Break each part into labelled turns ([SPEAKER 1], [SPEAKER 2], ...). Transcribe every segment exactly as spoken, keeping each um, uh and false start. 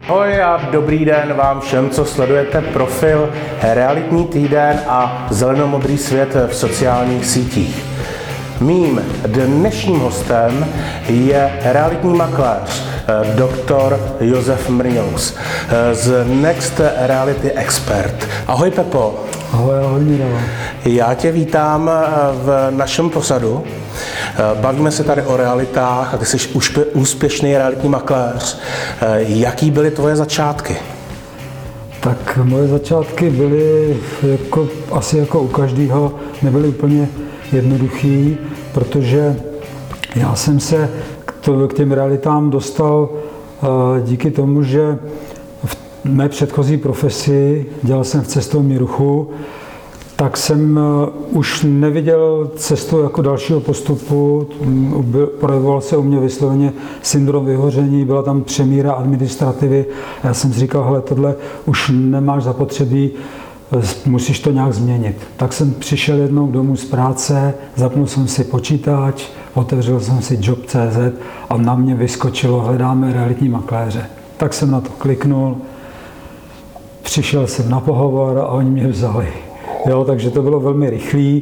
[SPEAKER 1] Ahoj a dobrý den vám všem, co sledujete profil Realitní týden a zelenomodrý svět v sociálních sítích. Mým dnešním hostem je realitní makléř, doktor Josef Mrňous z Next Reality Expert. Ahoj Pepo.
[SPEAKER 2] Ahoj, ahoj Mirova.
[SPEAKER 1] Já tě vítám v našem posadu. Bavíme se tady o realitách a ty jsi úspěšný realitní makléř. Jaký byly tvoje začátky?
[SPEAKER 2] Tak moje začátky byly jako, asi jako u každého, nebyly úplně jednoduchý, protože já jsem se k, to, k těm realitám dostal uh, díky tomu, že v mé předchozí profesi, dělal jsem v cestovním ruchu, tak jsem uh, už neviděl cestu jako dalšího postupu, projevoval se u mě vysloveně syndrom vyhoření, byla tam přemíra administrativy a já jsem si říkal, hele, tohle už nemáš zapotřebí, musíš to nějak změnit. Tak jsem přišel jednou domů z práce, zapnul jsem si počítač, otevřel jsem si job tečka cé zet a na mě vyskočilo, hledáme realitní makléře. Tak jsem na to kliknul, přišel jsem na pohovor a oni mě vzali. Jo, takže to bylo velmi rychlý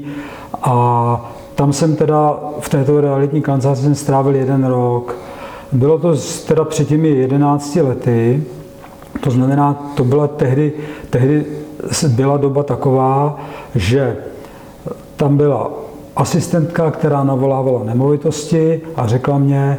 [SPEAKER 2] a tam jsem teda v této realitní kanceláři jsem strávil jeden rok. Bylo to teda před těmi jedenácti lety, to znamená, to byla tehdy, tehdy byla doba taková, že tam byla asistentka, která navolávala nemovitosti a řekla mě,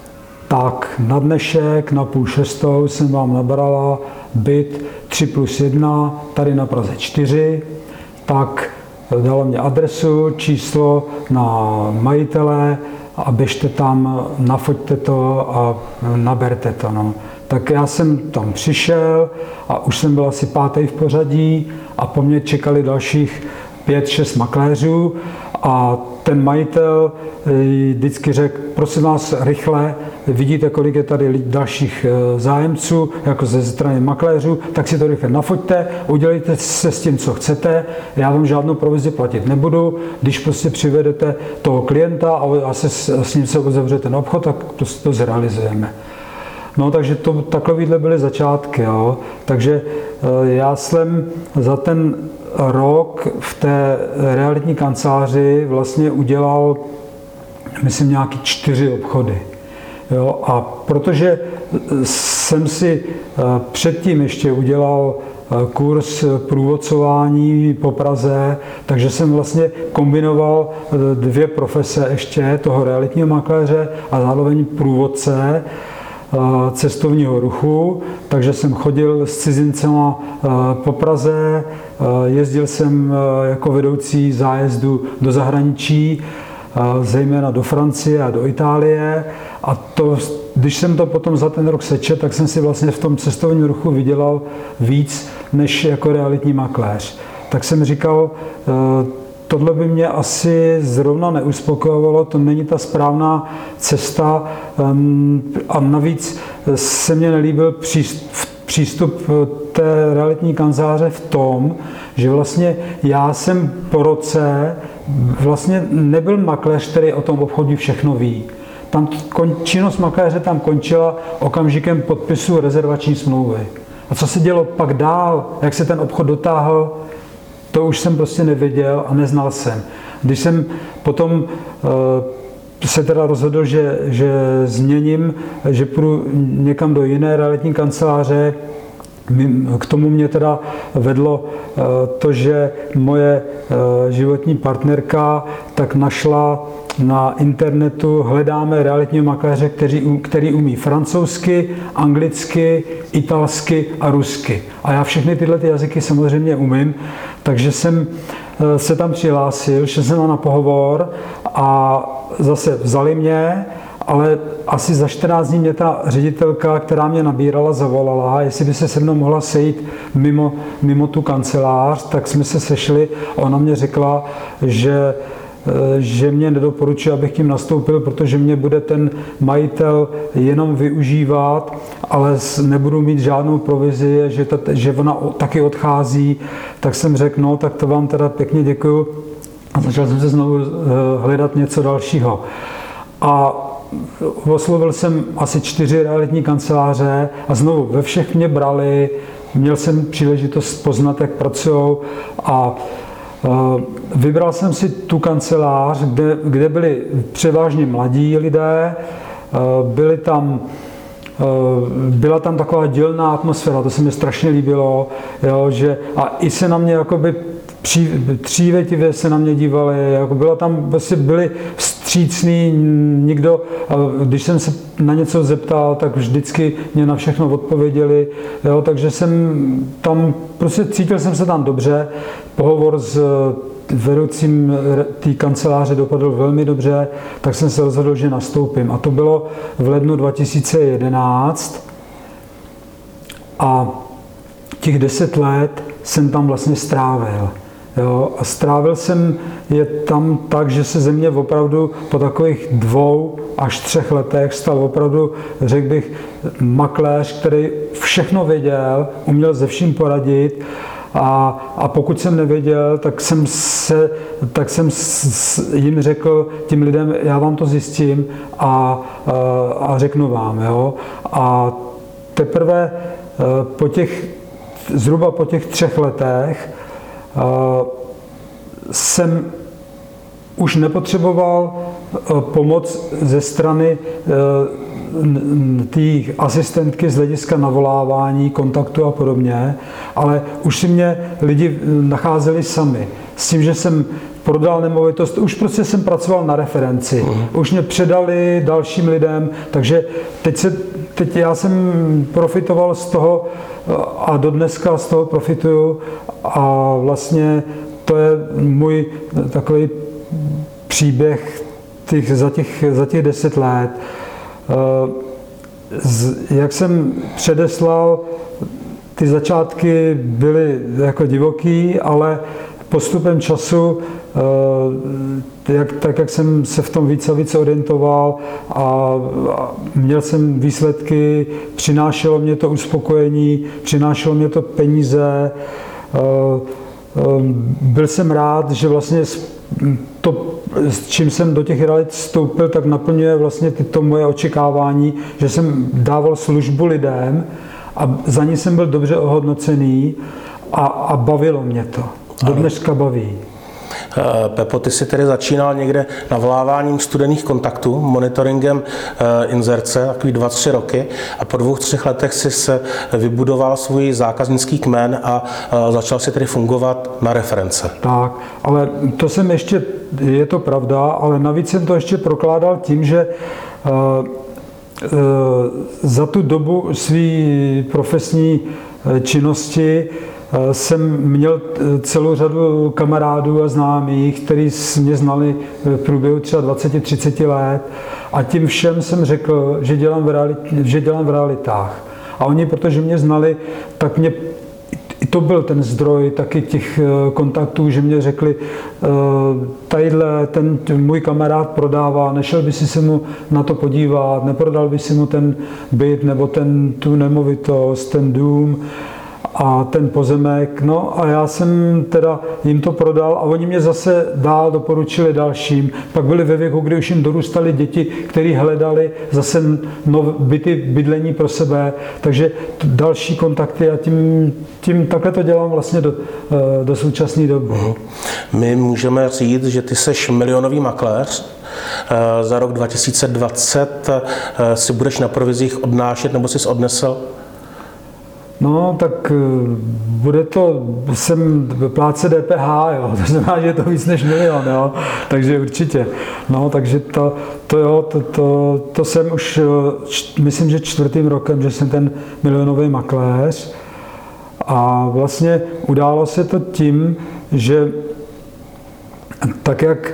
[SPEAKER 2] tak na dnešek, na půl šestou jsem vám nabrala byt tři plus jedna, tady na Praze čtyři, tak dala mě adresu, číslo na majitele a běžte tam, nafoťte to a naberte to. No. Tak já jsem tam přišel a už jsem byl asi pátý v pořadí a po mně čekali dalších pět, šest makléřů a ten majitel vždycky řekl, prosím vás rychle, vidíte, kolik je tady dalších zájemců, jako ze strany makléřů, tak si to rychle nafoťte, udělejte se s tím, co chcete, já vám žádnou provizi platit nebudu, když prostě přivedete toho klienta a se, s ním se uzavře ten obchod, tak prostě to zrealizujeme. No, takže to, takovýhle byly začátky, jo. Takže já jsem za ten rok v té realitní kanceláři vlastně udělal, myslím, nějaký čtyři obchody. Jo. A protože jsem si předtím ještě udělal kurz průvodcování po Praze, takže jsem vlastně kombinoval dvě profese ještě, toho realitního makléře a zároveň průvodce cestovního ruchu, takže jsem chodil s cizincema po Praze, jezdil jsem jako vedoucí zájezdu do zahraničí, zejména do Francie a do Itálie a to, když jsem to potom za ten rok sečetl, tak jsem si vlastně v tom cestovním ruchu vydělal víc než jako realitní makléř. Tak jsem říkal, tohle by mě asi zrovna neuspokojovalo, to není ta správná cesta a navíc se mně nelíbil přístup té realitní kanceláře v tom, že vlastně já jsem po roce vlastně nebyl makléř, který o tom obchodu všechno ví. Tam činnost makléře tam končila okamžikem podpisu rezervační smlouvy. A co se dělo pak dál, jak se ten obchod dotáhl, to už jsem prostě nevěděl a neznal jsem. Když jsem potom se teda rozhodl, že, že změním, že půjdu někam do jiné realitní kanceláře, k tomu mě teda vedlo to, že moje životní partnerka tak našla na internetu, hledáme realitního makléře, který, který umí francouzsky, anglicky, italsky a rusky. A já všechny tyhle ty jazyky samozřejmě umím, takže jsem se tam přihlásil, šel jsem na pohovor a zase vzali mě, ale asi za čtrnáct dní mě ta ředitelka, která mě nabírala, zavolala, jestli by se se mnou mohla sejít mimo, mimo tu kancelář, tak jsme se sešli a ona mě řekla, že že mě nedoporučuje, abych tím nastoupil, protože mě bude ten majitel jenom využívat, ale nebudu mít žádnou provizi, že, ta, že ona taky odchází, tak jsem řekl, no, tak to vám teda pěkně děkuju a začal jsem se znovu hledat něco dalšího. A oslovil jsem asi čtyři realitní kanceláře a znovu ve všech mě brali, měl jsem příležitost poznat, jak pracují a vybral jsem si tu kancelář, kde, kde byli převážně mladí lidé, byli tam, byla tam taková dílná atmosféra, to se mi strašně líbilo, jo, že, a i se na mě jakoby přívětivě se na mě dívali, jako byla tam, vlastně byli vstřícný, nikdo, když jsem se na něco zeptal, tak vždycky mě na všechno odpověděli, jo, takže jsem tam, prostě cítil jsem se tam dobře, pohovor s vedoucím té kanceláře dopadl velmi dobře, tak jsem se rozhodl, že nastoupím. A to bylo v lednu dva tisíce jedenáct a těch deset let jsem tam vlastně strávil. Jo, a strávil jsem je tam tak, že se ze mě opravdu po takových dvou až třech letech stal opravdu, řekl bych, makléř, který všechno věděl, uměl se vším poradit. A, a pokud jsem nevěděl, tak jsem, se, tak jsem s, jim řekl, tím lidem, já vám to zjistím a, a, a řeknu vám. Jo? A teprve po těch, zhruba po těch třech letech jsem už nepotřeboval pomoc ze strany té asistentky z hlediska navolávání, kontaktu a podobně, ale už si mě lidi nacházeli sami. S tím, že jsem prodal nemovitost, už prostě jsem pracoval na referenci. Uh-huh. Už mě předali dalším lidem, takže teď, se, teď já jsem profitoval z toho a do dneska z toho profituju a vlastně to je můj takový příběh těch, za, těch, za těch deset let. Jak jsem předeslal, ty začátky byly jako divoký, ale postupem času, jak, tak jak jsem se v tom víc a víc orientoval a, a měl jsem výsledky, přinášelo mě to uspokojení, přinášelo mě to peníze. Byl jsem rád, že vlastně to, s čím jsem do těch realit vstoupil, tak naplňuje vlastně to moje očekávání, že jsem dával službu lidem a za ní jsem byl dobře ohodnocený a, a bavilo mě to. Do dneška baví.
[SPEAKER 1] Pepo, ty jsi tedy začínal někde navoláváním studených kontaktů, monitoringem inzerce, takový dva, tři roky a po dvou, třech letech jsi se vybudoval svůj zákaznický kmen a začal si tedy fungovat na reference.
[SPEAKER 2] Tak, ale to jsem ještě, je to pravda, ale navíc jsem to ještě prokládal tím, že za tu dobu své profesní činnosti jsem měl celou řadu kamarádů a známých, kteří mě znali v průběhu třeba dvacet třicet let a tím všem jsem řekl, že dělám v, realit, že dělám v realitách. A oni, protože mě znali, tak mě i to byl ten zdroj taky těch kontaktů, že mě řekli, tadyhle ten můj kamarád prodává, nešel by si se mu na to podívat, neprodal by si mu ten byt nebo ten, tu nemovitost, ten dům a ten pozemek, no a já jsem teda jim to prodal a oni mě zase dál doporučili dalším. Pak byli ve věku, kdy už jim dorůstaly děti, kteří hledali zase nov, byty, bydlení pro sebe, takže další kontakty a tím, tím takhle to dělám vlastně do, do současné doby.
[SPEAKER 1] My můžeme říct, že ty seš milionový makléř. Za rok dva tisíce dvacet si budeš na provizích odnášet nebo jsi odnesl?
[SPEAKER 2] No, tak bude to, jsem plátce D P H, jo, to znamená, že je to víc než milion, jo, takže určitě. No, takže to, to jo, to, to, to jsem už, myslím, že čtvrtým rokem, že jsem ten milionový makléř a vlastně událo se to tím, že tak jak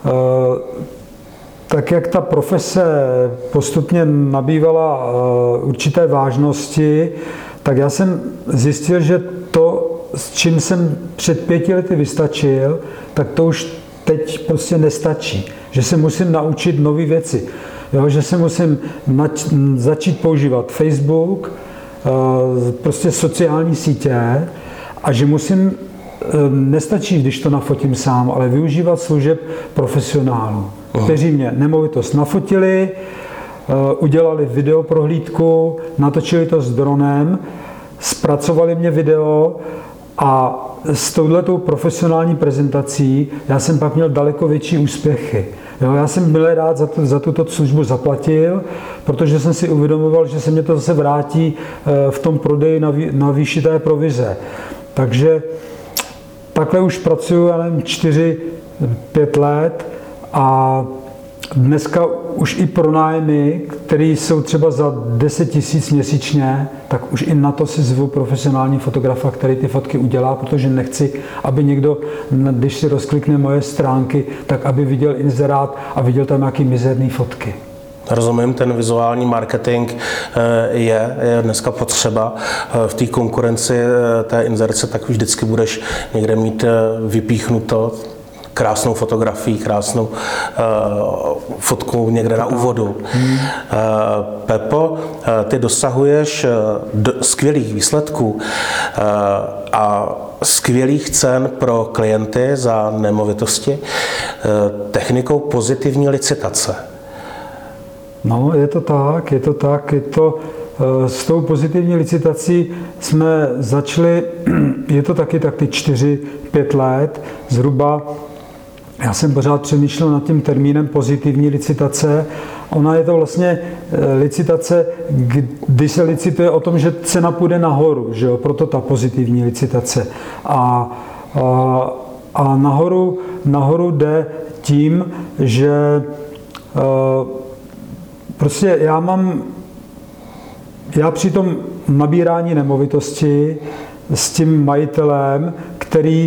[SPEAKER 2] tak jak ta profese postupně nabývala určité vážnosti, tak já jsem zjistil, že to, s čím jsem před pěti lety vystačil, tak to už teď prostě nestačí. Že se musím naučit nové věci. Jo, že se musím nač- začít používat Facebook, prostě sociální sítě a že musím nestačí, když to nafotím sám, ale využívat služeb profesionálů, kteří mě nemovitost nafotili, udělali videoprohlídku, natočili to s dronem, zpracovali mě video a s touhletou profesionální prezentací já jsem pak měl daleko větší úspěchy. Jo, já jsem byl rád za, to, za tuto službu zaplatil, protože jsem si uvědomoval, že se mě to zase vrátí v tom prodeji na, vý, na výši té provize. Takže takhle už pracuji, já nevím, čtyři, pět let a dneska už i pronájmy, které jsou třeba za deset tisíc měsíčně, tak už i na to si zvu profesionální fotografa, který ty fotky udělá, protože nechci, aby někdo, když si rozklikne moje stránky, tak aby viděl inzerát a viděl tam nějaký mizerný fotky.
[SPEAKER 1] Rozumím, ten vizuální marketing je, je dneska potřeba. V té konkurenci té inzerce tak už vždycky budeš někde mít vypíchnuto krásnou fotografii, krásnou uh, fotku někde na úvodu. Hmm. Uh, Pepo, uh, ty dosahuješ uh, do, skvělých výsledků uh, a skvělých cen pro klienty za nemovitosti uh, technikou pozitivní licitace.
[SPEAKER 2] No, je to tak, je to tak, je to s tou pozitivní licitací jsme začali, je to taky tak ty čtyři, pět let zhruba. Já jsem pořád přemýšlel nad tím termínem pozitivní licitace. Ona je to vlastně licitace, kdy se licituje o tom, že cena půjde nahoru, že jo? Proto ta pozitivní licitace. A, a, a nahoru, nahoru jde tím, že a, prostě já mám, já při tom nabírání nemovitosti s tím majitelem, který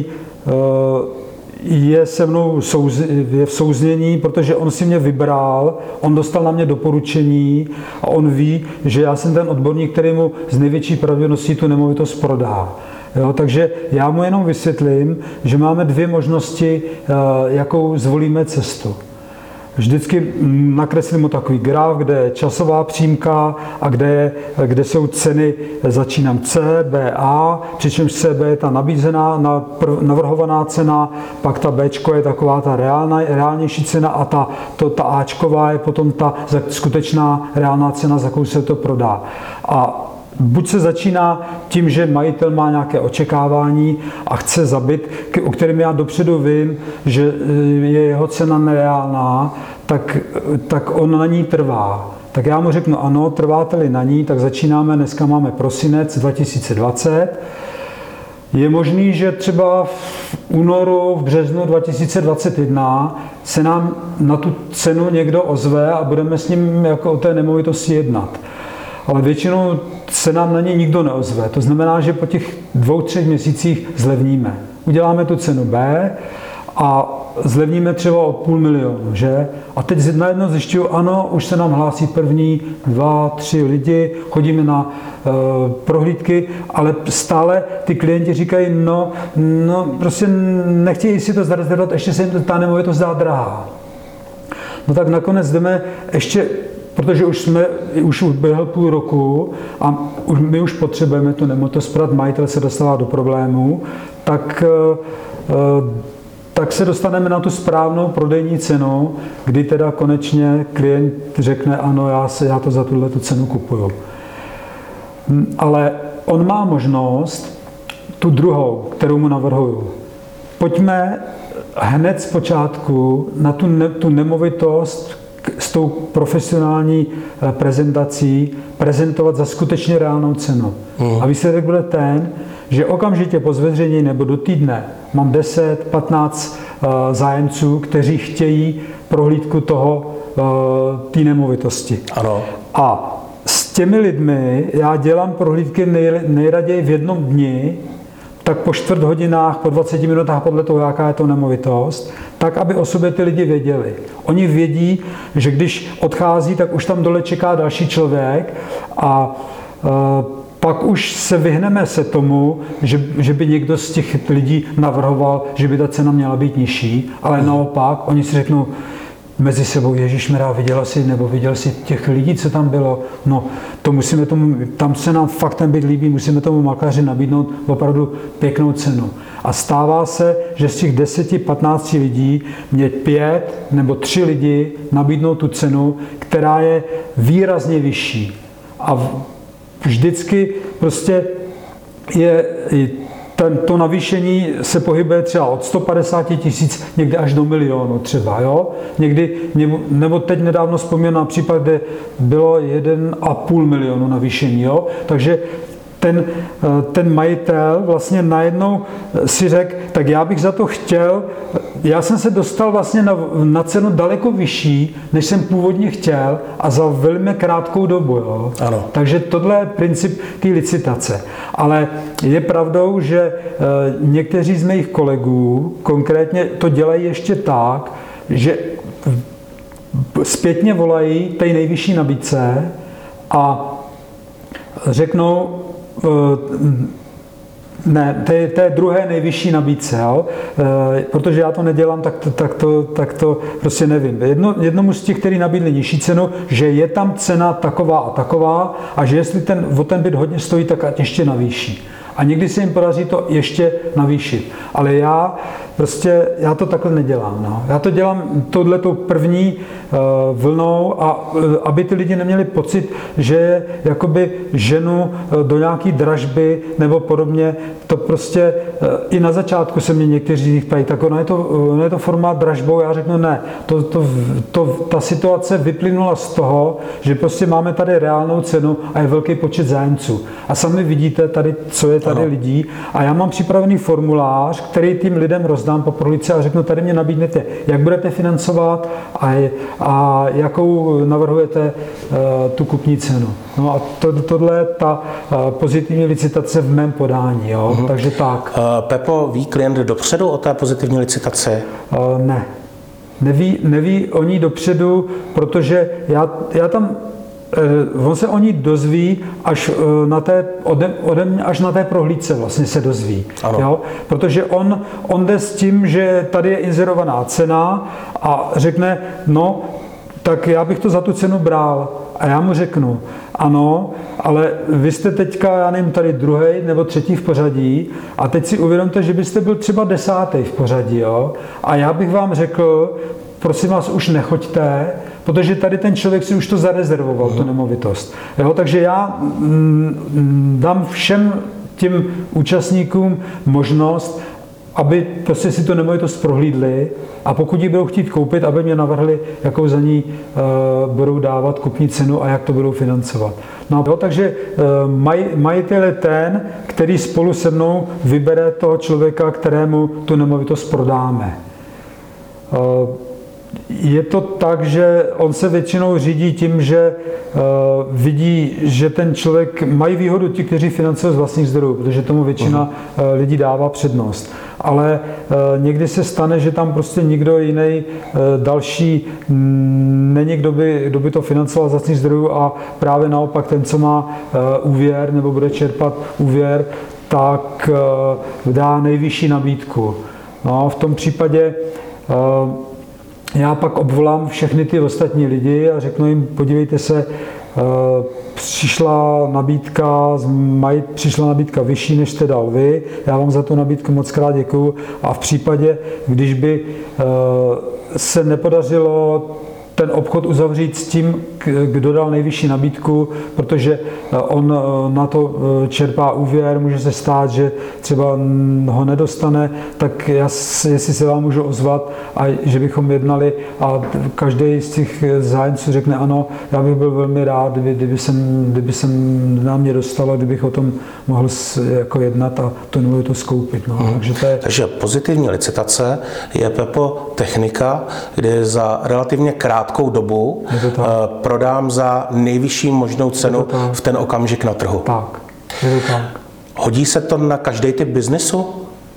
[SPEAKER 2] je se mnou souz, je v souznění, protože on si mě vybral, on dostal na mě doporučení a on ví, že já jsem ten odborník, který mu z největší pravděpodobností tu nemovitost prodá. Jo, takže já mu jenom vysvětlím, že máme dvě možnosti, jakou zvolíme cestu. Vždycky nakreslím mu takový graf, kde je časová přímka a kde, je, kde jsou ceny, začínám C, B, A, přičemž C, B je ta nabízená, navrhovaná cena, pak ta B je taková ta reálná, reálnější cena a ta, to, ta Ačková je potom ta skutečná reálná cena, za jakou se to prodá. A buď se začíná tím, že majitel má nějaké očekávání a chce za byt, o kterém já dopředu vím, že je jeho cena nereálná, tak, tak on na ní trvá. Tak já mu řeknu, ano, trváte-li na ní, tak začínáme, dneska máme prosinec dva tisíce dvacet. Je možný, že třeba v únoru, v březnu dva tisíce dvacet jedna se nám na tu cenu někdo ozve a budeme s ním jako o té nemovitosti jednat. Ale většinou se nám na ně nikdo neozve. To znamená, že po těch dvou, třech měsících zlevníme. Uděláme tu cenu B a zlevníme třeba o půl milionu, že? A teď najednou zjišťuju, ano, už se nám hlásí první dva, tři lidi, chodíme na e, prohlídky, ale stále ty klienti říkají, no, no prostě nechtějí si to zarezervovat, ještě se jim ta nemovitost dá drahá. No tak nakonec jdeme ještě, protože už jsme, už uběhl půl roku a my už potřebujeme tu nemovitost prodat, majitel se dostává do problémů, tak, tak se dostaneme na tu správnou prodejní cenu, kdy teda konečně klient řekne, ano, já, se, já to za tuhle tu cenu kupuju. Ale on má možnost, tu druhou, kterou mu navrhuju. Pojďme hned z počátku na tu, ne, tu nemovitost s tou profesionální prezentací prezentovat za skutečně reálnou cenu. Mm. A výsledek bude ten, že okamžitě po zveřejnění nebo do týdne mám deset, patnáct uh, zájemců, kteří chtějí prohlídku toho, uh, té nemovitosti.
[SPEAKER 1] Ano.
[SPEAKER 2] A s těmi lidmi já dělám prohlídky nej, nejraději v jednom dni, tak po čtvrt hodinách, po dvaceti minutách podle toho, jaká je to nemovitost, tak, aby o sobě ty lidi věděli. Oni vědí, že když odchází, tak už tam dole čeká další člověk a e, pak už se vyhneme se tomu, že, že by někdo z těch lidí navrhoval, že by ta cena měla být nižší, ale naopak oni si řeknou, mezi sebou, ježišmarja, viděla jsi, nebo viděl jsi těch lidí, co tam bylo, no to musíme tomu, tam se nám fakt ten byt líbí, musíme tomu makléři nabídnout opravdu pěknou cenu. A stává se, že z těch deseti patnácti lidí mě pět nebo tři lidi nabídnou tu cenu, která je výrazně vyšší. A vždycky prostě je ten, to navýšení se pohybuje třeba od sto padesát tisíc někdy až do milionu třeba, jo? Někdy, nebo teď nedávno vzpomínám na případ, kde bylo jeden a půl milionu navýšení, jo? Takže ten, ten majitel vlastně najednou si řekl, tak já bych za to chtěl, já jsem se dostal vlastně na, na cenu daleko vyšší, než jsem původně chtěl a za velmi krátkou dobu. Jo.
[SPEAKER 1] Ano.
[SPEAKER 2] Takže tohle je princip té licitace. Ale je pravdou, že e, někteří z mých kolegů konkrétně to dělají ještě tak, že zpětně volají té nejvyšší nabídce a řeknou, ne, té, té druhé nejvyšší nabídce, jo? E, protože já to nedělám, tak to, tak to, tak to prostě nevím. Jedno, jednomu z těch, který nabídli nižší cenu, že je tam cena taková a taková a že jestli ten, o ten byt hodně stojí, tak ať ještě navýší. A někdy se jim podaří to ještě navýšit. Ale já prostě, já to takhle nedělám. No. Já to dělám touhletou první uh, vlnou, a uh, aby ty lidi neměli pocit, že jakoby ženu uh, do nějaký dražby nebo podobně. To prostě uh, i na začátku se mě někteří z nich ptají, tak ono je to, ono je to forma dražbou. Já řeknu ne. To, to, to, ta situace vyplynula z toho, že prostě máme tady reálnou cenu a je velký počet zájemců. A sami vidíte tady, co je tady ano. lidí. A já mám připravený formulář, který tím lidem rozdám po prohlídce a řeknu, tady mě nabídnete, jak budete financovat a, a jakou navrhujete uh, tu kupní cenu. No a to, tohle je ta uh, pozitivní licitace v mém podání. Jo? Uh-huh. Takže tak.
[SPEAKER 1] Uh, Pepo, ví klient dopředu o té pozitivní licitaci? Uh,
[SPEAKER 2] ne. Neví, neví o ní dopředu, protože já, já tam on se o ní dozví až na té, ode, ode mě, až na té prohlídce vlastně se dozví. Jo? Protože on, on jde s tím, že tady je inzerovaná cena a řekne, no, tak já bych to za tu cenu bral. A já mu řeknu, ano, ale vy jste teďka, já nevím, tady druhý nebo třetí v pořadí a teď si uvědomte, že byste byl třeba desátý v pořadí. Jo? A já bych vám řekl, prosím vás, už nechoďte, protože tady ten člověk si už to zarezervoval, tu nemovitost. Jo, takže já mm, dám všem těm účastníkům možnost, aby prostě si tu nemovitost prohlídli a pokud ji budou chtít koupit, aby mě navrhli, jakou za ní uh, budou dávat kupní cenu a jak to budou financovat. No, jo, takže uh, maj, majitel je ten, který spolu se mnou vybere toho člověka, kterému tu nemovitost prodáme. Uh, Je to tak, že on se většinou řídí tím, že uh, vidí, že ten člověk, mají výhodu ti, kteří financují z vlastních zdrojů, protože tomu většina uh, lidí dává přednost. Ale uh, někdy se stane, že tam prostě nikdo jiný uh, další m, není, kdo by, kdo by to financoval z vlastních zdrojů a právě naopak ten, co má uh, úvěr nebo bude čerpat úvěr, tak uh, dá nejvyšší nabídku. No, v tom případě uh, já pak obvolám všechny ty ostatní lidi a řeknu jim, podívejte se, přišla nabídka, přišla nabídka vyšší, než jste dal vy, já vám za tu nabídku moc krát děkuju a v případě, když by se nepodařilo ten obchod uzavřít s tím, kdo dal nejvyšší nabídku, protože on na to čerpá úvěr, může se stát, že třeba ho nedostane, tak já, jestli se vám můžu ozvat a že bychom jednali a každý z těch zájemců řekne ano, já bych byl velmi rád, kdyby, kdyby, jsem, kdyby jsem na mě dostala, kdybych o tom mohl jako jednat a to nebo to skoupit. No.
[SPEAKER 1] Hmm.
[SPEAKER 2] Takže, to je...
[SPEAKER 1] Takže pozitivní licitace je, Pepo, technika, kdy za relativně krátkou dobu prodám za nejvyšší možnou cenu v ten okamžik na trhu.
[SPEAKER 2] Tak, je to tak.
[SPEAKER 1] Hodí se to na každý typ biznesu?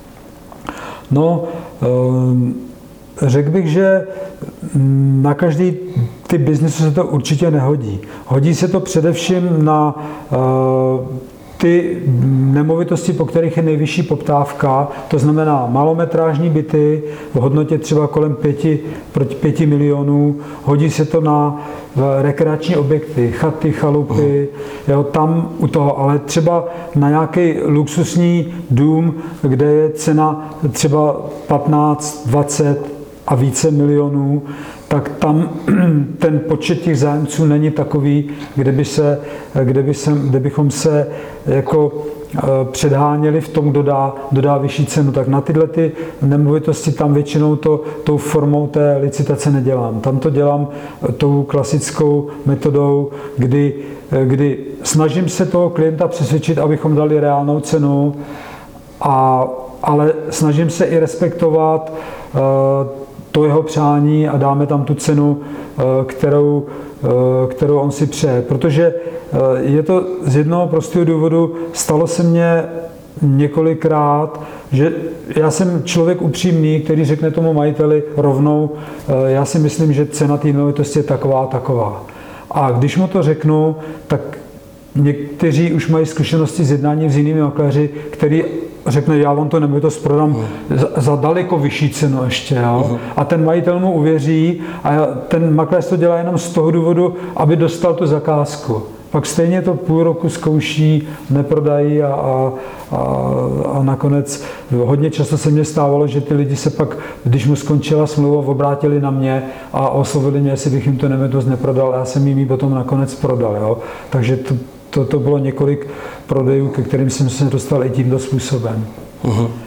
[SPEAKER 2] No, řekl bych, že na každý typ biznesu se to určitě nehodí. Hodí se to především na ty nemovitosti, po kterých je nejvyšší poptávka, to znamená malometrážní byty v hodnotě třeba kolem pěti, proti pěti milionů, hodí se to na rekreační objekty, chaty, chalupy, jo, tam u toho, ale třeba na nějaký luxusní dům, kde je cena třeba patnáct, dvacet a více milionů, tak tam ten počet těch zájemců není takový, kde, by se, kde, by se, kde bychom se jako předháněli v tom, kdo dá, kdo dá vyšší cenu. Tak na tyhle ty nemovitosti tam většinou to, tou formou té licitace nedělám. Tam to dělám tou klasickou metodou, kdy, kdy snažím se toho klienta přesvědčit, abychom dali reálnou cenu, a, ale snažím se i respektovat uh, to jeho přání a dáme tam tu cenu, kterou, kterou on si přeje. Protože je to z jednoho prostého důvodu, stalo se mně několikrát, že já jsem člověk upřímný, který řekne tomu majiteli rovnou, já si myslím, že cena té nemovitosti je taková, taková. A když mu to řeknu, tak někteří už mají zkušenosti s jednáním s jinými makléři, který řekne, já vám to nemovitost prodám uh. za, za daleko vyšší cenu ještě. Jo? Uh. A ten majitel mu uvěří a ten makléř to dělá jenom z toho důvodu, aby dostal tu zakázku. Pak stejně to půl roku zkouší, neprodají a, a, a, a nakonec hodně často se mně stávalo, že ty lidi se pak, když mu skončila smlouva, obrátili na mě a oslovili mě, jestli bych jim to nemovitost neprodal, a já jsem jim ji potom nakonec prodal. Jo? Takže to, to, to bylo několik prodejů, ke kterým jsem se dostal i tímto způsobem.
[SPEAKER 1] Uh-huh. Uh,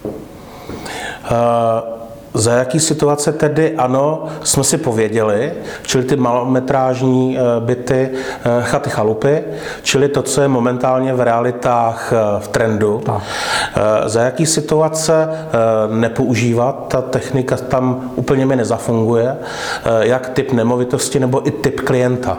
[SPEAKER 1] za jaký situace tedy ano, jsme si pověděli, čili ty malometrážní uh, byty, uh, chaty, chalupy, čili to, co je momentálně v realitách uh, v trendu. Tak. Uh, za jaký situace uh, nepoužívat, ta technika tam úplně mi nezafunguje, uh, jak typ nemovitosti nebo i typ klienta?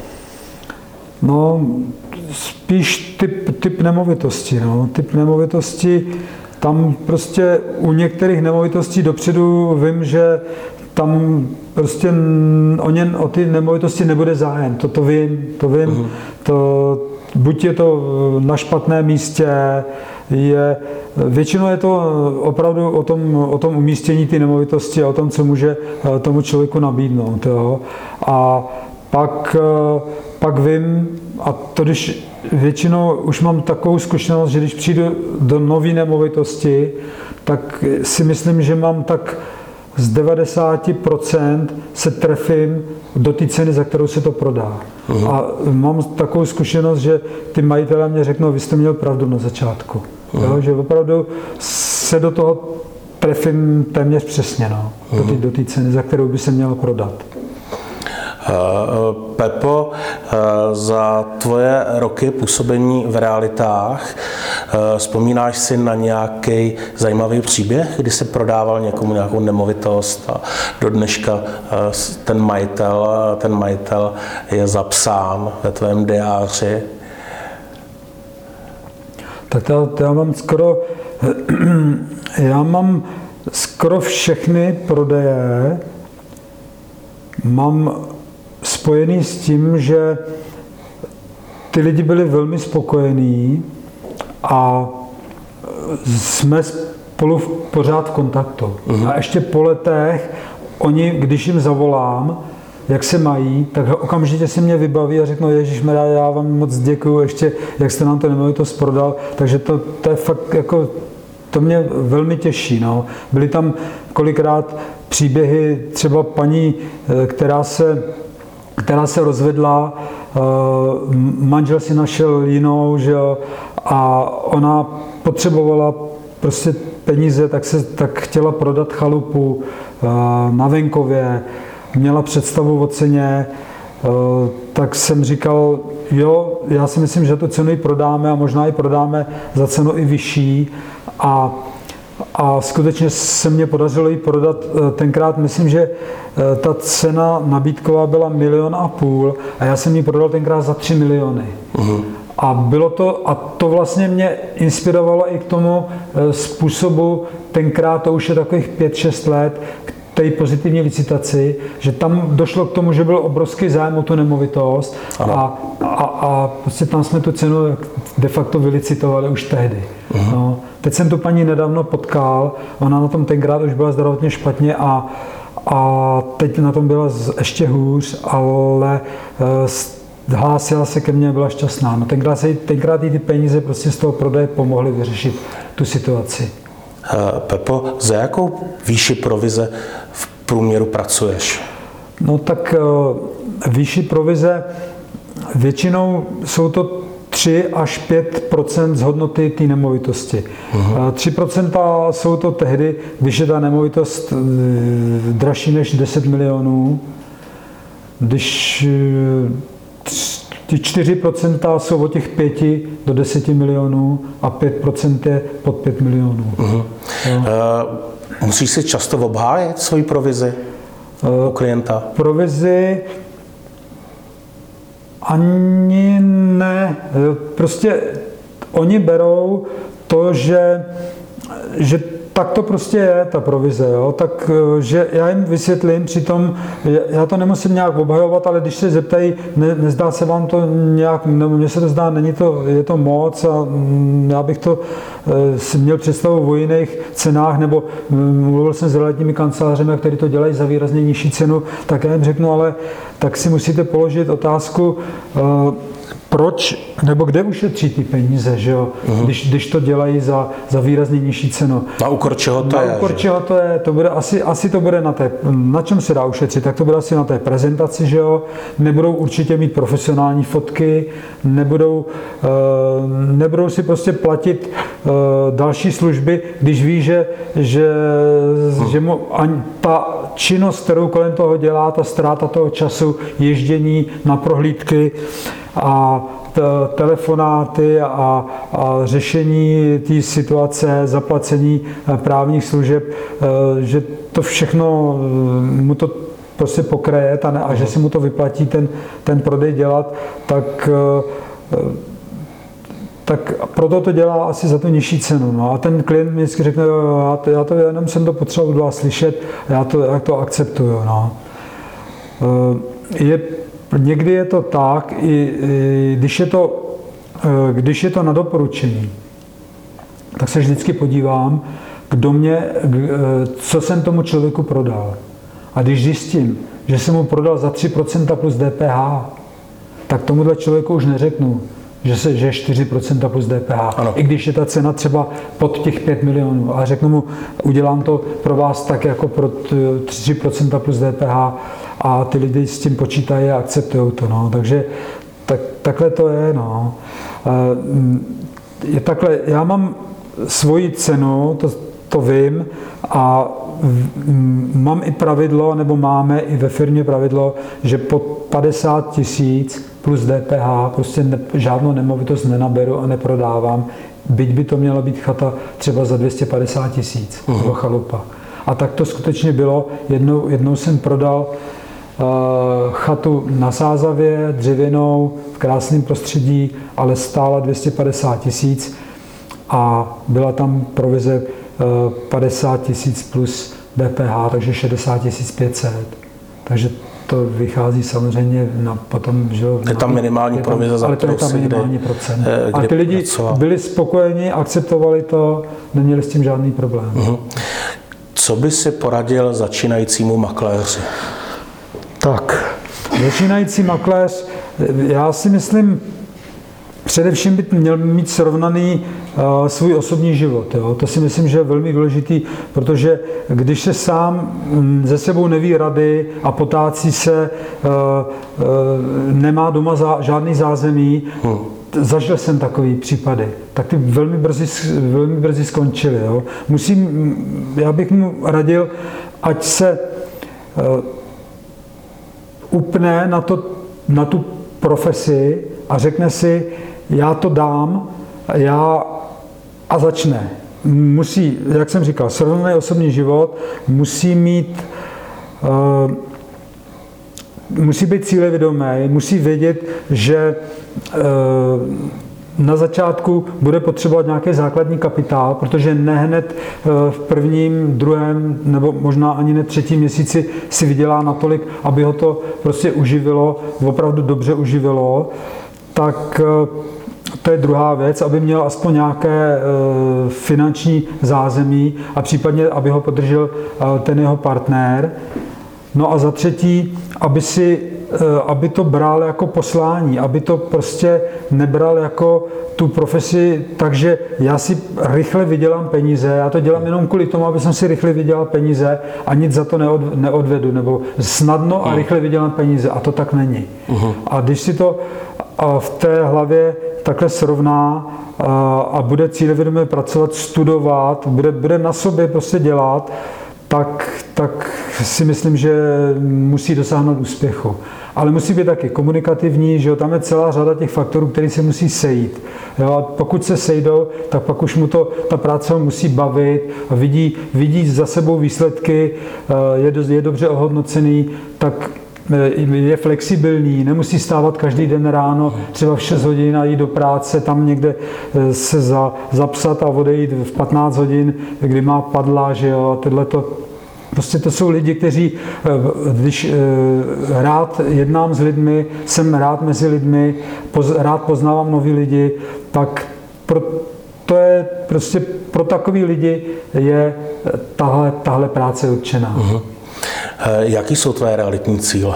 [SPEAKER 2] No, spíš typ, typ nemovitosti. No. Typ nemovitosti, tam prostě u některých nemovitostí dopředu vím, že tam prostě o, ně, o ty nemovitosti nebude zájem. To, to vím, to vím. Uh-huh. To, buď je to na špatném místě, je, většinou je to opravdu o tom, o tom umístění té nemovitosti a o tom, co může tomu člověku nabídnout. Jo. A pak, pak vím, a to když většinou už mám takovou zkušenost, že když přijdu do nové nemovitosti, tak si myslím, že mám tak z devadesát procent se trefím do té ceny, za kterou se to prodá. Uh-huh. A mám takovou zkušenost, že ty majitelé mě řeknou, vy jste měl pravdu na začátku. Uh-huh. Jo, že opravdu se do toho trefím téměř přesně, no, uh-huh. do té ceny, za kterou by se mělo prodat.
[SPEAKER 1] Pepo, za tvoje roky působení v realitách vzpomínáš si na nějaký zajímavý příběh, kdy se prodával někomu nějakou nemovitost a do dneška ten majitel, ten majitel je zapsán ve tvém diáři?
[SPEAKER 2] Tak to, to já mám skoro, já mám skoro všechny prodeje mám spojený s tím, že ty lidi byli velmi spokojení a jsme spolu pořád v kontaktu. Uh-huh. A ještě po letech oni, když jim zavolám, jak se mají, tak okamžitě si mě vybaví a řeknou, ježišmarja, já vám moc děkuju, ještě jak jste nám to nemovitost prodal. Takže to, to je fakt jako, to mě velmi těší. No. Byly tam kolikrát příběhy, třeba paní, která se, která se rozvedla, manžel si našel jinou, že jo, a ona potřebovala prostě peníze, tak se tak chtěla prodat chalupu na venkově, měla představu o ceně, tak jsem říkal, jo, já si myslím, že tu cenu ji prodáme a možná ji prodáme za cenu i vyšší. A, a skutečně se mně podařilo ji prodat tenkrát, myslím, že ta cena nabídková byla milion a půl a já jsem ji prodal tenkrát za tři miliony. Uh-huh. A bylo to, a to vlastně mě inspirovalo i k tomu způsobu, tenkrát to už je takových pět šest let, té pozitivní licitaci, že tam došlo k tomu, že byl obrovský zájem o tu nemovitost a, a, a prostě tam jsme tu cenu de facto vylicitovali už tehdy. Uh-huh. No, teď jsem tu paní nedávno potkal, ona na tom tenkrát už byla zdravotně špatně a, a teď na tom byla ještě hůř, ale uh, hlásila se ke mně, byla šťastná. No, tenkrát, se, tenkrát jí ty peníze prostě z toho prodeje pomohly vyřešit tu situaci.
[SPEAKER 1] Pepo, za jakou výši provize v průměru pracuješ?
[SPEAKER 2] No tak výši provize většinou jsou to tři až pět procent z hodnoty té nemovitosti. Uh-huh. tři procenta jsou to tehdy, když je ta nemovitost dražší než deset milionů. Když ty čtyři procenta jsou od těch pěti do deseti milionů a pět procent je pod pět milionů. Uh-huh.
[SPEAKER 1] Uh, musíš si často obhájet svoji provizi uh, u klienta?
[SPEAKER 2] Provizi ani ne. Prostě oni berou to, že, že tak to prostě je, ta provize, jo? Tak, že já jim vysvětlím, přitom já to nemusím nějak obhajovat, ale když se zeptají, ne, nezdá se vám to nějak, nebo mně se to zdá, není to, je to moc a já bych to e, měl představu o jiných cenách, nebo mluvil jsem s realitními kancelářemi, kteří to dělají za výrazně nižší cenu, tak já jim řeknu, ale tak si musíte položit otázku, e, proč, nebo kde ušetří ty peníze, že jo? Uh-huh. Když, když to dělají za, za výrazně nižší cenu.
[SPEAKER 1] Na úkor čeho to
[SPEAKER 2] na
[SPEAKER 1] je?
[SPEAKER 2] Na úkor čeho to je, to bude asi, asi to bude na té, na čem se dá ušetřit, tak to bude asi na té prezentaci, že jo? Nebudou určitě mít profesionální fotky, nebudou, uh, nebudou si prostě platit uh, další služby, když ví, že, že, uh-huh. že mu ani ta činnost, kterou kolem toho dělá, ta ztráta toho času, ježdění na prohlídky a telefonáty a, a řešení té situace, zaplacení právních služeb, že to všechno mu to prostě pokryje a, a že si mu to vyplatí ten, ten prodej dělat, tak, tak proto to dělá asi za tu nižší cenu. No a ten klient mi vždycky řekne, já to, já to jenom jsem to potřeboval od vás slyšet, já to, já to akceptuju. No. Je Někdy je to tak, i, i když, je to, když je to na doporučení, tak se vždycky podívám, kdo mě, co jsem tomu člověku prodal. A když zjistím, že jsem mu prodal za tři procenta plus D P H, tak tomuhle člověku už neřeknu, že, se, že je čtyři procenta plus D P H. Ano. I když je ta cena třeba pod těch pět milionů. A řeknu mu, udělám to pro vás tak jako pro tři procenta plus D P H a ty lidi s tím počítají a akceptují to. No. Takže tak, takhle to je. No. Je takhle, já mám svoji cenu, to, to vím, a mám i pravidlo, nebo máme i ve firmě pravidlo, že pod padesát tisíc plus D P H prostě ne, žádnou nemovitost nenaberu a neprodávám, byť by to měla být chata třeba za dvě stě padesát tisíc uh-huh. nebo chalupa. A tak to skutečně bylo. Jednou, jednou jsem prodal uh, chatu na Sázavě, dřevěnou, v krásném prostředí, ale stála dvě stě padesát tisíc a byla tam provize uh, padesát tisíc plus D P H, takže šedesát tisíc pět set. Takže to vychází samozřejmě na potom, že
[SPEAKER 1] je tam minimální je tam, provize za
[SPEAKER 2] ale to je tam minimální
[SPEAKER 1] kdy,
[SPEAKER 2] procent.
[SPEAKER 1] Kdy
[SPEAKER 2] a ty lidi
[SPEAKER 1] pracoval.
[SPEAKER 2] Byli spokojeni, akceptovali to, neměli s tím žádný problém.
[SPEAKER 1] Uh-huh. Co by si poradil začínajícímu makléři?
[SPEAKER 2] Tak, začínající makléř, já si myslím, především by měl mít srovnaný uh, svůj osobní život. Jo? To si myslím, že je velmi důležitý, protože když se sám um, ze sebou neví rady a potácí se, uh, uh, nemá doma zá, žádný zázemí, hmm. zažil jsem takový případy, tak ty velmi brzy, velmi brzy skončily. Jo? Musím, já bych mu radil, ať se uh, upne na, to, na tu profesi a řekne si, já to dám já, a začne. Musí, jak jsem říkal, srovnaný osobní život, musí mít, uh, musí být cílevědomý, musí vědět, že uh, na začátku bude potřebovat nějaký základní kapitál, protože ne hned v prvním, druhém nebo možná ani ne třetím měsíci si vydělá natolik, aby ho to prostě uživilo, opravdu dobře uživilo, tak to je druhá věc, aby měl aspoň nějaké finanční zázemí a případně, aby ho podržel ten jeho partner. No a za třetí, aby si aby to bral jako poslání, aby to prostě nebral jako tu profesi, takže já si rychle vydělám peníze, já to dělám jenom kvůli tomu, aby jsem si rychle vydělal peníze a nic za to neod, neodvedu, nebo snadno a rychle vydělám peníze a to tak není. Uh-huh. A když si to v té hlavě takhle srovná a bude cílevědomě pracovat, studovat, bude, bude na sobě prostě dělat, tak, tak si myslím, že musí dosáhnout úspěchu. Ale musí být taky komunikativní, že jo, tam je celá řada těch faktorů, které se musí sejít. Jo, a pokud se sejdou, tak pak už mu to, ta práce ho musí bavit a vidí, vidí za sebou výsledky, je, do, je dobře ohodnocený, tak je flexibilní, nemusí stávat každý den ráno třeba v šest hodin a jít do práce, tam někde se za, zapsat a odejít v patnáct hodin, kdy má padla, že jo, tohleto. Prostě to jsou lidi, kteří, když rád jednám s lidmi, jsem rád mezi lidmi, rád poznávám nový lidi, tak pro, to je prostě pro takový lidi je tahle, tahle práce určená. Uh-huh.
[SPEAKER 1] Jaký jsou tvé realitní cíle?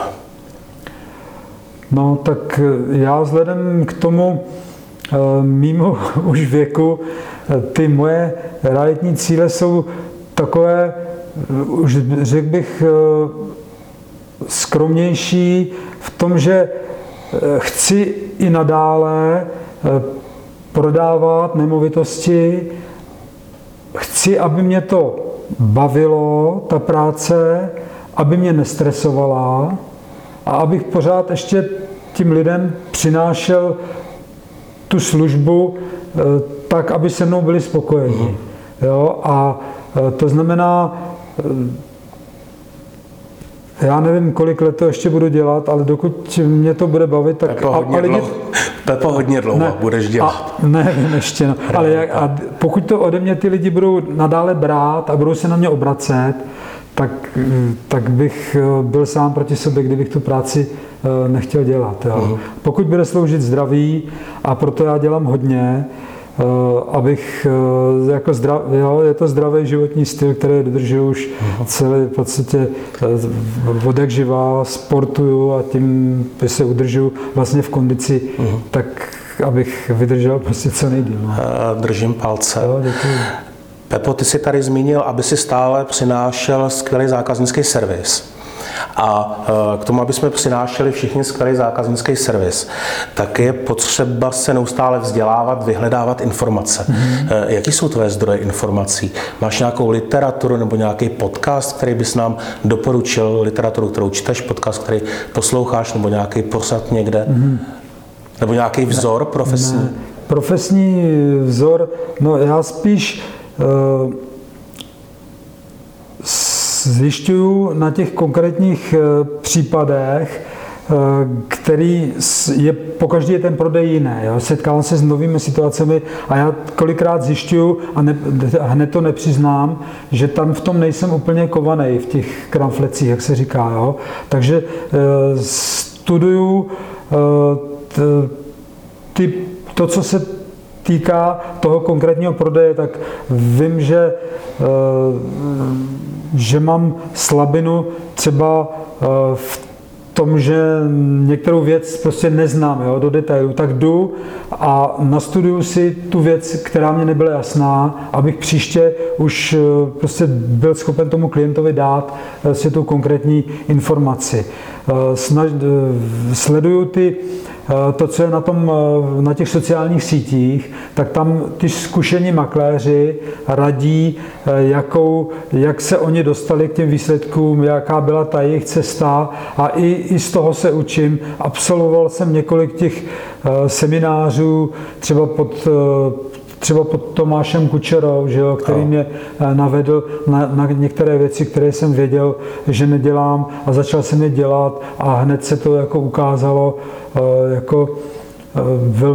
[SPEAKER 2] No tak já vzhledem k tomu mýmu už věku, ty moje realitní cíle jsou takové, už řekl bych, skromnější v tom, že chci i nadále prodávat nemovitosti, chci, aby mě to bavilo, ta práce, aby mě nestresovala a abych pořád ještě tím lidem přinášel tu službu tak, aby se mnou byli spokojeni. Mm. Jo? A to znamená, já nevím, kolik let to ještě budu dělat, ale dokud mě to bude bavit, tak...
[SPEAKER 1] Pepo, hodně, lidi... dlouho, Pepo, hodně dlouho ne, budeš dělat.
[SPEAKER 2] A, nevím ještě, no. Ale jak, a pokud to ode mě ty lidi budou nadále brát a budou se na mě obracet, tak, tak bych byl sám proti sobě, kdybych tu práci nechtěl dělat. Jo. Uh-huh. Pokud bude sloužit zdraví, a proto já dělám hodně, abych jako zdrav, jo, je to zdravý životní styl, který dodržuji už uh-huh. celý v podstatě od jak živá, sportuju a tím se udržuji vlastně v kondici, uh-huh. tak abych vydržel prostě co nejdýl. No.
[SPEAKER 1] Držím palce.
[SPEAKER 2] Jo, děkuji.
[SPEAKER 1] Pepo, ty jsi tady zmínil, aby si stále přinášel skvělý zákaznický servis. A k tomu, aby jsme přinášeli všichni skvělý zákaznický servis, tak je potřeba se neustále vzdělávat, vyhledávat informace. Mm-hmm. Jaký jsou tvoje zdroje informací? Máš nějakou literaturu nebo nějaký podcast, který bys nám doporučil, literaturu, kterou čteš, podcast, který posloucháš, nebo nějaký pořad někde? Mm-hmm. Nebo nějaký vzor profesní? Ne.
[SPEAKER 2] Profesní vzor, no já spíš uh, zjišťuju na těch konkrétních případech, který je, pokaždý je ten prodej jiný. Jo. Setkávám se s novými situacemi a já kolikrát zjišťuju a, ne, a hned to nepřiznám, že tam v tom nejsem úplně kovaný v těch kramflecích, jak se říká. Jo. Takže studuju ty, to, co se týká toho konkrétního prodeje, tak vím, že že mám slabinu třeba v tom, že některou věc prostě neznám, jo, do detailu, tak jdu a nastuduju si tu věc, která mě nebyla jasná, abych příště už prostě byl schopen tomu klientovi dát si tu konkrétní informaci. Snaž, sleduju ty to, co je na, tom, na těch sociálních sítích, tak tam ty zkušení makléři radí, jakou, jak se oni dostali k těm výsledkům, jaká byla ta jejich cesta a i, i z toho se učím. Absolvoval jsem několik těch seminářů, třeba pod třeba pod Tomášem Kučerou, že jo, který mě navedl na, na některé věci, které jsem věděl, že nedělám a začal jsem je dělat a hned se to jako ukázalo jako velmi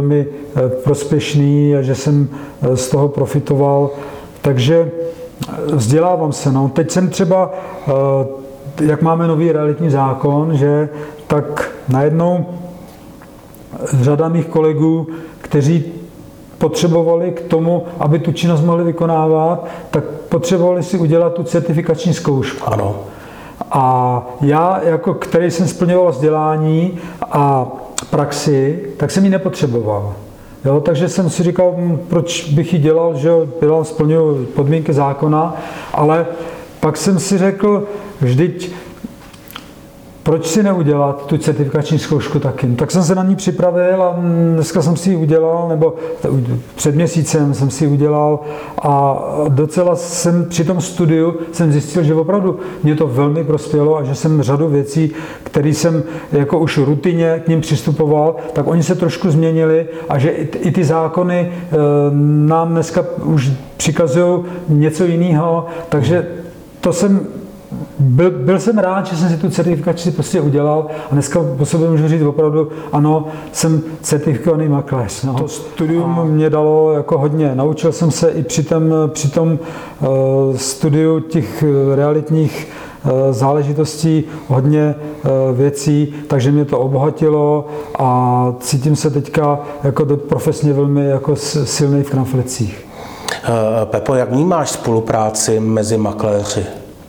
[SPEAKER 2] prospěšný a že jsem z toho profitoval. Takže vzdělávám se. No. Teď jsem třeba, jak máme nový realitní zákon, že tak najednou řada mých kolegů, kteří potřebovali k tomu, aby tu činnost mohli vykonávat, tak potřebovali si udělat tu certifikační zkoušku.
[SPEAKER 1] Ano.
[SPEAKER 2] A já, jako který jsem splňoval vzdělání a praxi, tak jsem ji nepotřeboval. Jo, takže jsem si říkal, proč bych ji dělal, že dělal, splňuji podmínky zákona, ale pak jsem si řekl, vždyť proč si neudělat tu certifikační zkoušku taky? Tak jsem se na ní připravil a dneska jsem si ji udělal, nebo před měsícem jsem si ji udělal a docela jsem při tom studiu jsem zjistil, že opravdu mě to velmi prospělo a že jsem řadu věcí, které jsem jako už rutině k nim přistupoval, tak oni se trošku změnili a že i ty zákony nám dneska už přikazují něco jiného, takže to jsem Byl, byl jsem rád, že jsem si tu certifikaci prostě udělal a dneska po sobě můžu říct opravdu, ano, jsem certifikovaný makléř. No. To studium a... mě dalo jako hodně. Naučil jsem se i při, tém, při tom uh, studiu těch realitních uh, záležitostí hodně uh, věcí, takže mě to obohatilo a cítím se teďka jako profesně velmi jako silný v kramflecích.
[SPEAKER 1] Uh, Pepo, jak vnímáš spolupráci mezi makléři?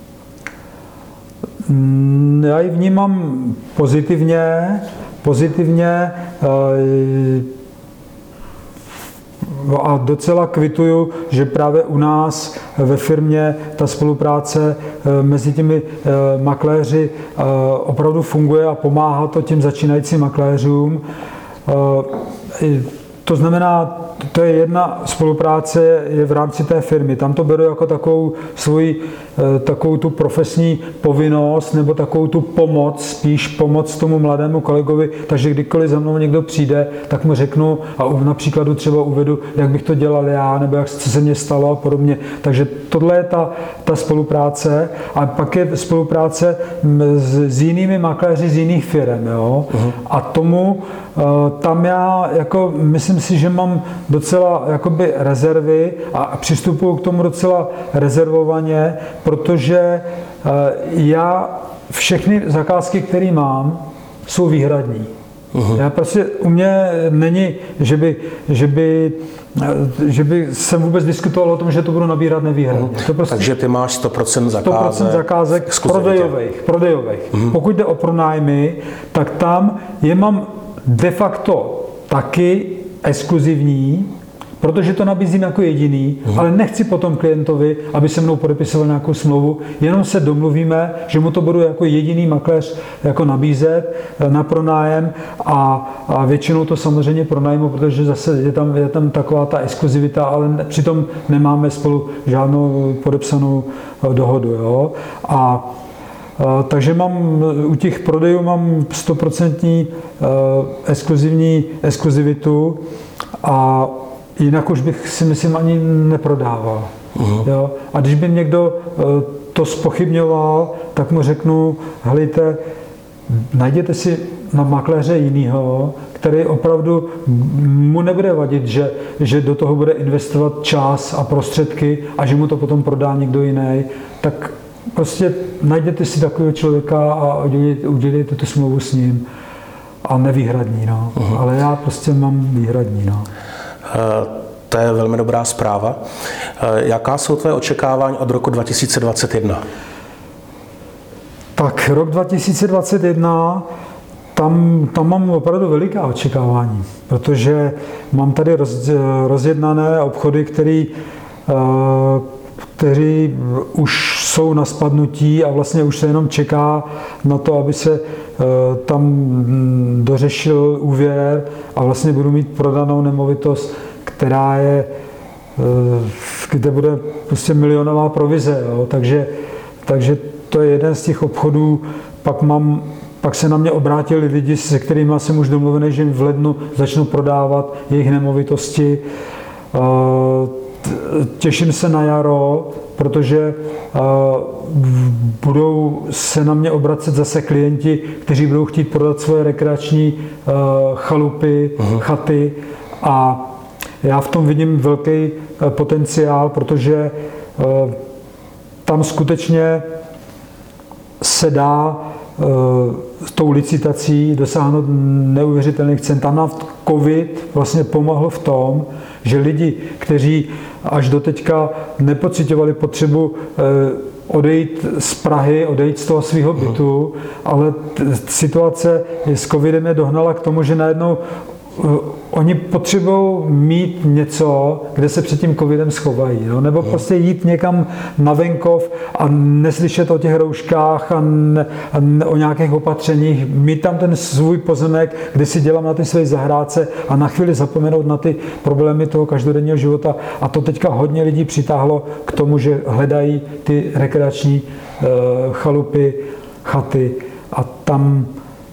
[SPEAKER 2] Já ji vnímám pozitivně, pozitivně a docela kvituju, že právě u nás ve firmě ta spolupráce mezi těmi makléři opravdu funguje a pomáhá to těm začínajícím makléřům. To znamená, to je jedna spolupráce je v rámci té firmy. Tam to beru jako takovou svoji, takovou tu profesní povinnost nebo takovou tu pomoc, spíš pomoc tomu mladému kolegovi. Takže kdykoliv za mnou někdo přijde, tak mu řeknu a na příkladu třeba uvedu, jak bych to dělal já, nebo jak, co se mně stalo a podobně. Takže tohle je ta, ta spolupráce. A pak je spolupráce s, s jinými makléři z jiných firm. Jo? Uh-huh. A tomu tam já jako myslím si, že mám docela jakoby rezervy a přistupuji k tomu docela rezervovaně, protože já všechny zakázky, které mám, jsou výhradní. Uhum. Já prostě u mě není, že by, že by, že by jsem vůbec diskutoval o tom, že to budu nabírat nevýhradně. To prostě
[SPEAKER 1] Takže ty máš sto procent zakázek,
[SPEAKER 2] sto procent zakázek prodejových. prodejových. Pokud jde o pronájmy, tak tam je mám de facto taky exkluzivní, protože to nabízím jako jediný, uhum. ale nechci potom klientovi, aby se mnou podepisoval nějakou smlouvu, jenom se domluvíme, že mu to budu jako jediný makléř jako nabízet na pronájem a, a většinou to samozřejmě pronajmu, protože zase je tam, je tam taková ta exkluzivita, ale přitom nemáme spolu žádnou podepsanou dohodu. Jo? A takže mám, u těch prodejů mám sto procent exkluzivní exkluzivitu a jinak už bych si myslím ani neprodával. Uh-huh. Jo? A když by někdo to zpochybňoval, tak mu řeknu, helejte, najděte si na makléře jinýho, který opravdu mu nebude vadit, že, že do toho bude investovat čas a prostředky a že mu to potom prodá někdo jiný, tak prostě najděte si takového člověka a udělejte, udělejte tu smlouvu s ním. A nevýhradní, no. Uh-huh. Ale já prostě mám výhradní, no.
[SPEAKER 1] Uh, to je velmi dobrá zpráva. Uh, jaká jsou tvé očekávání od roku dva tisíce dvacet jedna?
[SPEAKER 2] Tak rok dva tisíce dvacet jedna, tam, tam mám opravdu veliká očekávání, protože mám tady roz, rozjednané obchody, který uh, kteří už jsou na spadnutí a vlastně už se jenom čeká na to, aby se tam dořešil úvěr a vlastně budu mít prodanou nemovitost, která je, kde bude prostě milionová provize. Jo. Takže, takže to je jeden z těch obchodů. Pak, mám, pak se na mě obrátili lidi, se kterými jsem už domluvený, že v lednu začnu prodávat jejich nemovitosti. Těším se na jaro, protože uh, budou se na mě obracet zase klienti, kteří budou chtít prodat svoje rekreační uh, chalupy, uh-huh. chaty A já v tom vidím velký potenciál, protože tam skutečně se dá s tou licitací dosáhnout neuvěřitelných cen. Tam nám covid vlastně pomohl v tom, že lidi, kteří až doteďka nepociťovali potřebu odejít z Prahy, odejít z toho svého bytu, ale situace s covidem je dohnala k tomu, že najednou oni potřebují mít něco, kde se před tím covidem schovají. Jo? Nebo prostě jít někam na venkov a neslyšet o těch rouškách a, ne, a ne, o nějakých opatřeních. Mít tam ten svůj pozemek, kde si dělám na ty své zahrádce a na chvíli zapomenout na ty problémy toho každodenního života. A to teďka hodně lidí přitáhlo k tomu, že hledají ty rekreační uh, chalupy, chaty a tam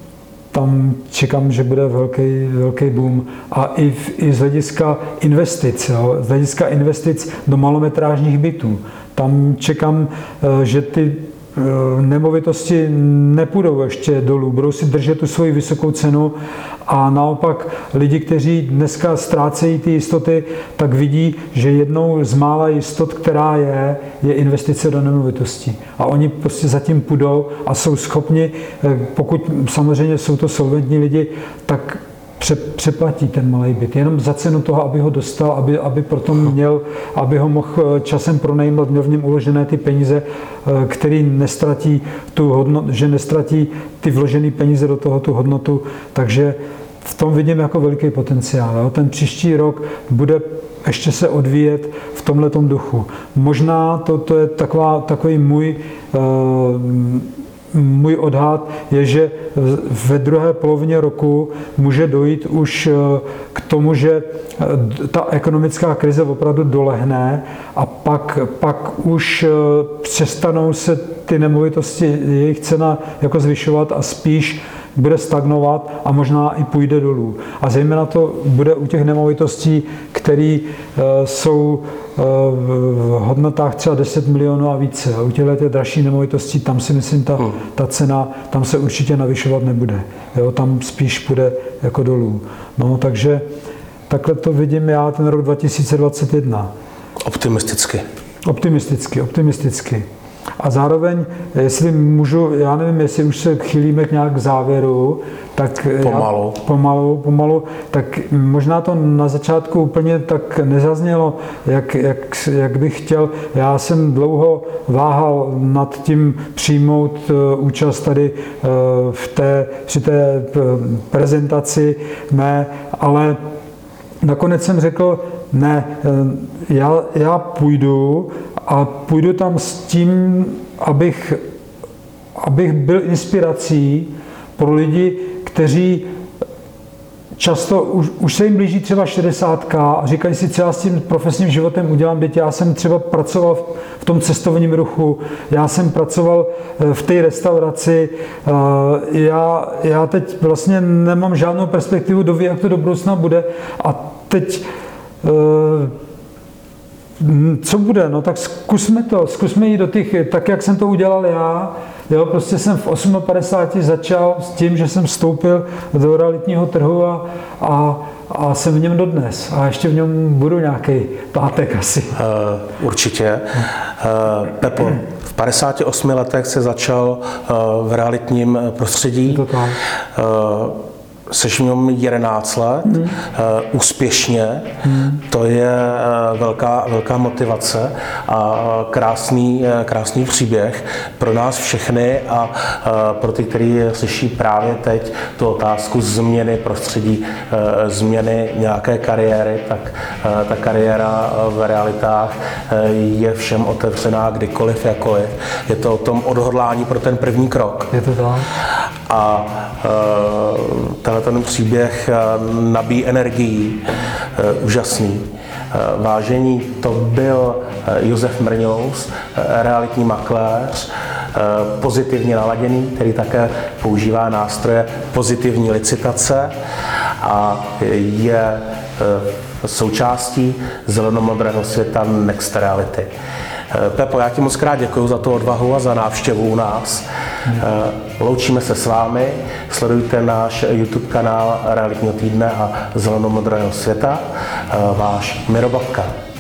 [SPEAKER 2] Tam čekám, že bude velký, velký boom. A i, v, i z hlediska investic, jo, z hlediska investic do malometrážních bytů. Tam čekám, že ty nemovitosti nepůjdou ještě dolů, budou si držet tu svoji vysokou cenu a naopak lidi, kteří dneska ztrácejí ty jistoty, tak vidí, že jednou z mála jistot, která je, je investice do nemovitostí. A oni prostě zatím půjdou a jsou schopni, pokud samozřejmě jsou to solventní lidi, tak přeplatí ten malý byt. Jenom za cenu toho, aby ho dostal, aby, aby potom měl, aby ho mohl časem pronajímat, měl v něm uložené ty peníze, který nestratí tu hodnotu, že nestratí ty vložené peníze do toho tu hodnotu. Takže v tom vidím jako veliký potenciál. Jo. Ten příští rok bude ještě se odvíjet v tomhletom duchu. Možná to, to je taková, takový můj uh, Můj odhad je, že ve druhé polovině roku může dojít už k tomu, že ta ekonomická krize opravdu dolehne a pak, pak už přestanou se ty nemovitosti, jejich cena jako zvyšovat a spíš bude stagnovat a možná i půjde dolů. A zejména to bude u těch nemovitostí, které jsou v hodnotách třeba deset milionů a více. A u těchto dražší nemovitostí, tam si myslím, ta, ta cena, tam se určitě navyšovat nebude. Jo, tam spíš půjde jako dolů. No, takže takhle to vidím já ten rok dva tisíce dvacet jedna.
[SPEAKER 1] Optimisticky.
[SPEAKER 2] Optimisticky, optimisticky. A zároveň, jestli můžu, já nevím, jestli už se chýlíme k nějak k závěru, tak
[SPEAKER 1] pomalu.
[SPEAKER 2] Já, pomalu, pomalu, tak možná to na začátku úplně tak nezaznělo, jak, jak, jak bych chtěl. Já jsem dlouho váhal nad tím přijmout účast tady v té, při té prezentaci mé, ale nakonec jsem řekl, ne, já, já půjdu a půjdu tam s tím, abych, abych byl inspirací pro lidi, kteří často už, už se jim blíží třeba šedesátka a říkají si, co já s tím profesním životem udělám, teď já jsem třeba pracoval v tom cestovním ruchu, já jsem pracoval v té restauraci, já, já teď vlastně nemám žádnou perspektivu, doví, jak to do budoucna bude a teď co bude? No tak zkusme to, zkusme jít do těch, tak jak jsem to udělal já. Jo, prostě jsem v padesáti osmi začal s tím, že jsem vstoupil do realitního trhu a, a, a jsem v něm dodnes. A ještě v něm budu nějaký pátek asi. Uh,
[SPEAKER 1] určitě. Uh, Pepo, v padesáti osmi letech se začal uh, v realitním prostředí.
[SPEAKER 2] To tak.
[SPEAKER 1] Uh, Seš v něm jedenáct let, hmm. uh, úspěšně, hmm. to je uh, velká, velká motivace a krásný, uh, krásný příběh pro nás všechny a uh, pro ty, kteří slyší právě teď tu otázku změny prostředí, uh, změny nějaké kariéry, tak uh, ta kariéra v realitách uh, je všem otevřená kdykoliv, jakkoliv. Je to o tom odhodlání pro ten první krok.
[SPEAKER 2] Je to tak.
[SPEAKER 1] A uh, tenhle ten příběh nabíjí energií, uh, úžasný. Uh, vážení, to byl Josef Mrňous, realitní makléř, uh, pozitivně naladěný, který také používá nástroje pozitivní licitace a je uh, součástí zelenomodrého světa Next Reality. Uh, Pepo, já ti moc krát děkuju za tu odvahu a za návštěvu u nás. Loučíme se s vámi, sledujte náš YouTube kanál Realitního týdne a Zelenomodrého světa. Váš Miro Babka.